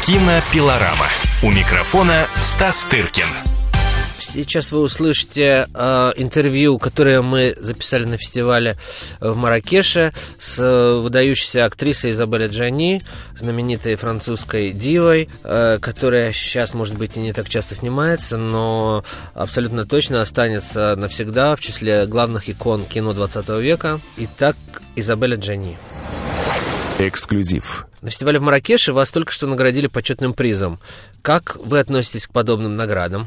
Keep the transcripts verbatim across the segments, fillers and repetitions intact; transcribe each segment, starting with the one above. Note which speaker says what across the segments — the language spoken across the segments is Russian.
Speaker 1: Кинопилорама. У микрофона Стас Тыркин.
Speaker 2: Сейчас вы услышите э, интервью, которое мы записали на фестивале в Марракеше с э, выдающейся актрисой Изабель Аджани, знаменитой французской дивой, э, которая сейчас, может быть, и не так часто снимается, но абсолютно точно останется навсегда в числе главных икон кино двадцатого века. Итак, Изабель Аджани.
Speaker 1: Эксклюзив.
Speaker 2: На фестивале в Марракеше вас только что наградили почетным призом. Как вы относитесь к подобным наградам?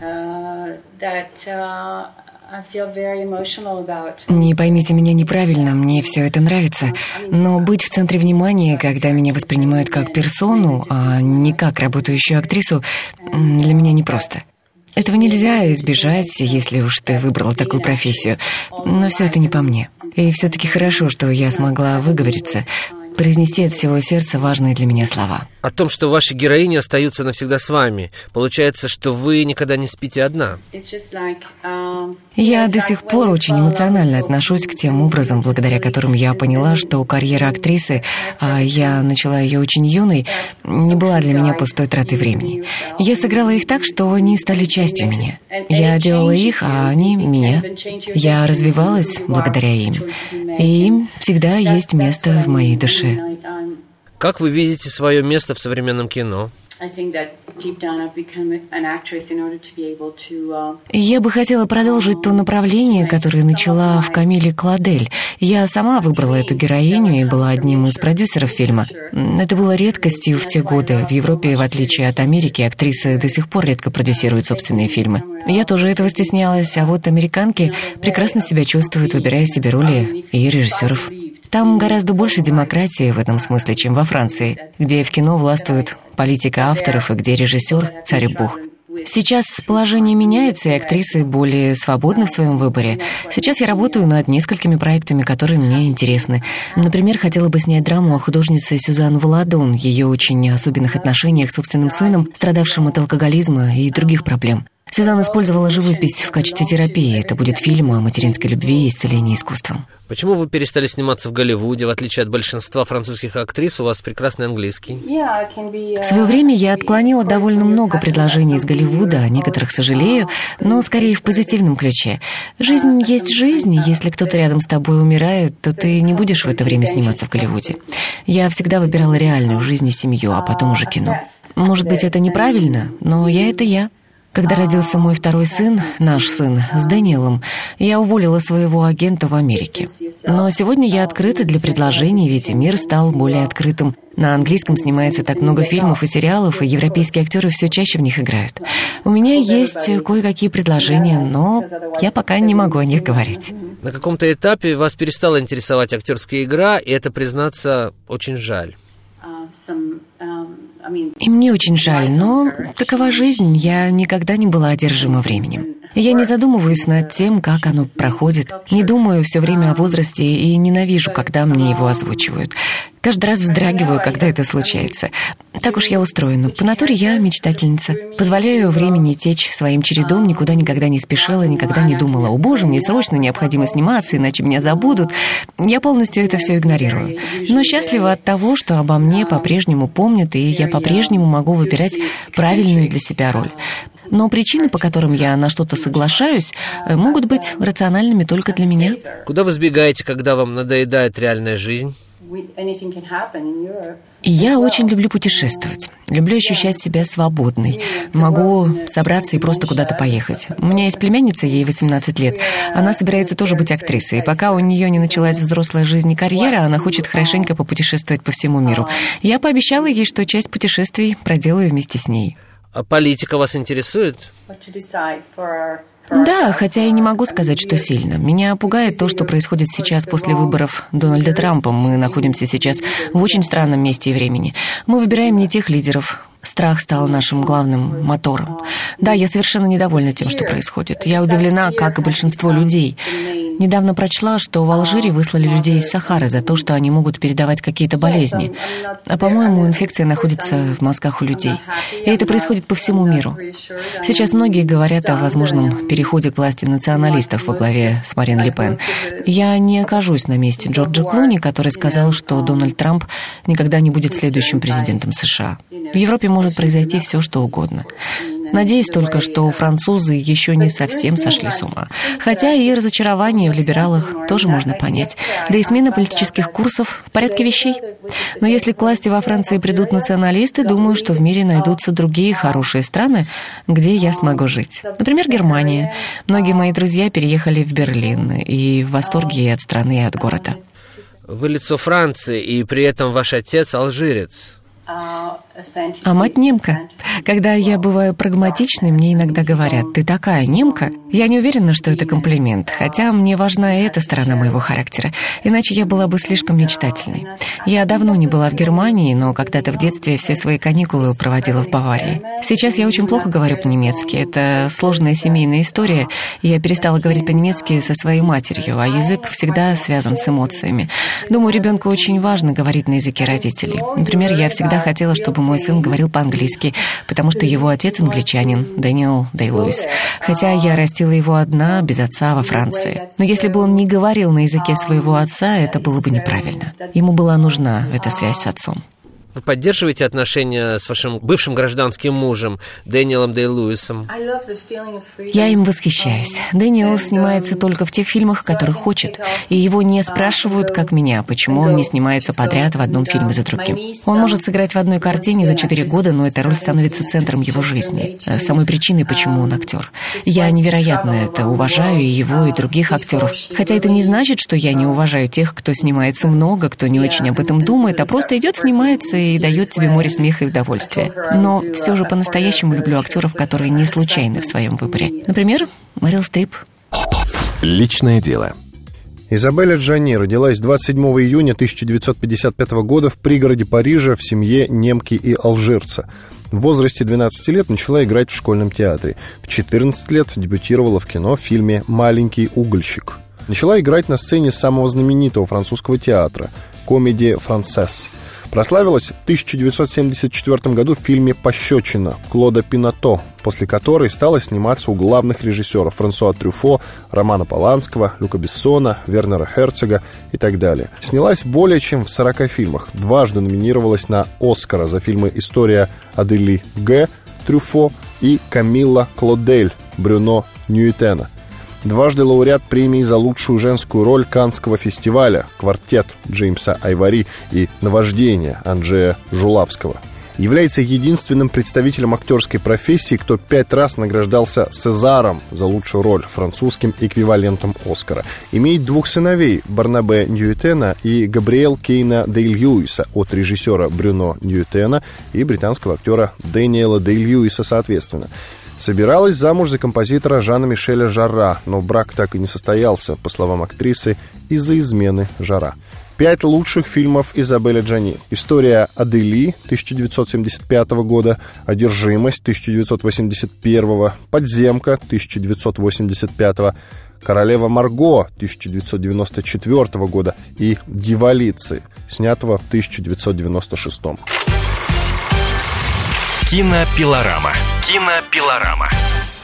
Speaker 3: Не поймите меня неправильно, мне все это нравится, но быть в центре внимания, когда меня воспринимают как персону, а не как работающую актрису, для меня непросто. Этого нельзя избежать, если уж ты выбрала такую профессию, но все это не по мне. И все-таки хорошо, что я смогла выговориться, произнести от всего сердца важные для меня слова.
Speaker 2: О том, что ваши героини остаются навсегда с вами. Получается, что вы никогда не спите одна.
Speaker 3: Я до сих пор очень эмоционально отношусь к тем образом, благодаря которым я поняла, что карьера актрисы, а я начала ее очень юной, не была для меня пустой тратой времени. Я сыграла их так, что они стали частью меня. Я делала их, а они — меня. Я развивалась благодаря им. И им всегда есть место в моей душе.
Speaker 2: Как вы видите свое место в современном кино?
Speaker 3: Я бы хотела продолжить то направление, которое начала в Камиле Клодель. Я сама выбрала эту героиню и была одним из продюсеров фильма. Это было редкостью в те годы. В Европе, в отличие от Америки, актрисы до сих пор редко продюсируют собственные фильмы. Я тоже этого стеснялась, а вот американки прекрасно себя чувствуют, выбирая себе роли и режиссеров. Там гораздо больше демократии в этом смысле, чем во Франции, где в кино властвует политика авторов и где режиссер – царь и бог. Сейчас положение меняется, и актрисы более свободны в своем выборе. Сейчас я работаю над несколькими проектами, которые мне интересны. Например, хотела бы снять драму о художнице Сюзан Валадон, ее очень особенных отношениях с собственным сыном, страдавшим от алкоголизма и других проблем. Сюзан использовала живопись в качестве терапии. Это будет фильм о материнской любви и исцелении искусством.
Speaker 2: Почему вы перестали сниматься в Голливуде? В отличие от большинства французских актрис, у вас прекрасный английский.
Speaker 3: В свое время я отклонила довольно много предложений из Голливуда, о некоторых сожалею, но скорее в позитивном ключе. Жизнь есть жизнь, если кто-то рядом с тобой умирает, то ты не будешь в это время сниматься в Голливуде. Я всегда выбирала реальную жизнь и семью, а потом уже кино. Может быть, это неправильно, но я — это я. Когда родился мой второй сын, наш сын, с Дэниелом, я уволила своего агента в Америке. Но сегодня я открыта для предложений, ведь мир стал более открытым. На английском снимается так много фильмов и сериалов, и европейские актеры все чаще в них играют. У меня есть кое-какие предложения, но я пока не могу о них говорить.
Speaker 2: На каком-то этапе вас перестала интересовать актерская игра, и это, признаться, очень жаль.
Speaker 3: И мне очень жаль, но такова жизнь, я никогда не была одержима временем. Я не задумываюсь над тем, как оно проходит, не думаю все время о возрасте и ненавижу, когда мне его озвучивают. Каждый раз вздрагиваю, когда это случается. Так уж я устроена. По натуре я мечтательница. Позволяю времени течь своим чередом, никуда никогда не спешила, никогда не думала: «О боже, мне срочно необходимо сниматься, иначе меня забудут». Я полностью это все игнорирую. Но счастлива от того, что обо мне по-прежнему помнят, и я по-прежнему могу выбирать правильную для себя роль. Но причины, по которым я на что-то соглашаюсь, могут быть рациональными только для меня.
Speaker 2: Куда вы сбегаете, когда вам надоедает реальная жизнь?
Speaker 3: Я очень люблю путешествовать. Люблю ощущать себя свободной. Могу собраться и просто куда-то поехать. У меня есть племянница, ей восемнадцать лет. Она собирается тоже быть актрисой. И пока у нее не началась взрослая жизнь и карьера, она хочет хорошенько попутешествовать по всему миру. Я пообещала ей, что часть путешествий проделаю вместе с ней.
Speaker 2: А политика вас интересует?
Speaker 3: Да, хотя я не могу сказать, что сильно. Меня пугает то, что происходит сейчас после выборов Дональда Трампа. Мы находимся сейчас в очень странном месте и времени. Мы выбираем не тех лидеров. Страх стал нашим главным мотором. Да, я совершенно недовольна тем, что происходит. Я удивлена, как и большинство людей. Недавно прочла, что в Алжире выслали людей из Сахары за то, что они могут передавать какие-то болезни. А, по-моему, инфекция находится в мозгах у людей. И это происходит по всему миру. Сейчас многие говорят о возможном переходе к власти националистов во главе с Марин Ле Пен. Я не окажусь на месте Джорджа Клуни, который сказал, что Дональд Трамп никогда не будет следующим президентом США. В Европе может может произойти все, что угодно. Надеюсь только, что французы еще не совсем сошли с ума. Хотя и разочарование в либералах тоже можно понять. Да и смена политических курсов в порядке вещей. Но если к власти во Франции придут националисты, думаю, что в мире найдутся другие хорошие страны, где я смогу жить. Например, Германия. Многие мои друзья переехали в Берлин и в восторге и от страны, и от города.
Speaker 2: Вы лицо Франции, и при этом ваш отец алжирец.
Speaker 3: А мать немка. Когда я бываю прагматичной, мне иногда говорят: «Ты такая немка». Я не уверена, что это комплимент, хотя мне важна и эта сторона моего характера, иначе я была бы слишком мечтательной. Я давно не была в Германии, но когда-то в детстве все свои каникулы проводила в Баварии. Сейчас я очень плохо говорю по-немецки. Это сложная семейная история, и я перестала говорить по-немецки со своей матерью, а язык всегда связан с эмоциями. Думаю, ребенку очень важно говорить на языке родителей. Например, я всегда хотела, чтобы мой сын говорил по-английски, потому что его отец англичанин, Дэниел Дэй-Льюис. Хотя я растила его одна, без отца, во Франции. Но если бы он не говорил на языке своего отца, это было бы неправильно. Ему была нужна эта связь с отцом.
Speaker 2: Вы поддерживаете отношения с вашим бывшим гражданским мужем, Дэниелом Дэй-Льюисом?
Speaker 3: Я им восхищаюсь. Дэниел снимается только в тех фильмах, в которых хочет. И его не спрашивают, как меня, почему он не снимается подряд в одном фильме за другим. Он может сыграть в одной картине за четыре года, но эта роль становится центром его жизни, самой причиной, почему он актер. Я невероятно это уважаю, и его, и других актеров. Хотя это не значит, что я не уважаю тех, кто снимается много, кто не очень об этом думает, а просто идет, снимается и дает тебе море смеха и удовольствия. Но все же по-настоящему люблю актеров, которые не случайны в своем выборе. Например, Мэрил Стрип.
Speaker 1: Личное дело.
Speaker 4: Изабель Аджани родилась двадцать седьмого июня тысяча девятьсот пятьдесят пятого года в пригороде Парижа в семье немки и алжирца. В возрасте двенадцати лет начала играть в школьном театре. В четырнадцать лет дебютировала в кино в фильме «Маленький угольщик». Начала играть на сцене самого знаменитого французского театра – «Комедия Франсес». Прославилась в тысяча девятьсот семьдесят четвёртом году в фильме «Пощечина» Клода Пинато, после которой стала сниматься у главных режиссеров Франсуа Трюфо, Романа Поланского, Люка Бессона, Вернера Херцога и так далее. Снялась более чем в сорока фильмах, дважды номинировалась на «Оскара» за фильмы «История Адели Г. Трюфо» и «Камилла Клодель» Брюно Ньюитена. Дважды лауреат премии за лучшую женскую роль Каннского фестиваля «Квартет» Джеймса Айвори и «Наваждение» Анджея Жулавского. Является единственным представителем актерской профессии, кто пять раз награждался «Сезаром» за лучшую роль, французским эквивалентом «Оскара». Имеет двух сыновей – Барнабе Ньюитена и Габриэль Кейна Дэй-Льюиса от режиссера Брюно Ньюитена и британского актера Дэниела Дэй-Льюиса соответственно. Собиралась замуж за композитора Жана-Мишеля Жарра, но брак так и не состоялся, по словам актрисы, из-за измены Жарра. Пять лучших фильмов Изабель Аджани. «История Адели» тысяча девятьсот семьдесят пятого года, «Одержимость» тысяча девятьсот восемьдесят первого, «Подземка» тысяча девятьсот восемьдесят пятого, «Королева Марго» тысяча девятьсот девяносто четвёртого года и «Дьяволицы», снятого в тысяча девятьсот девяносто шестом.
Speaker 1: Кинопилорама. Кинопилорама.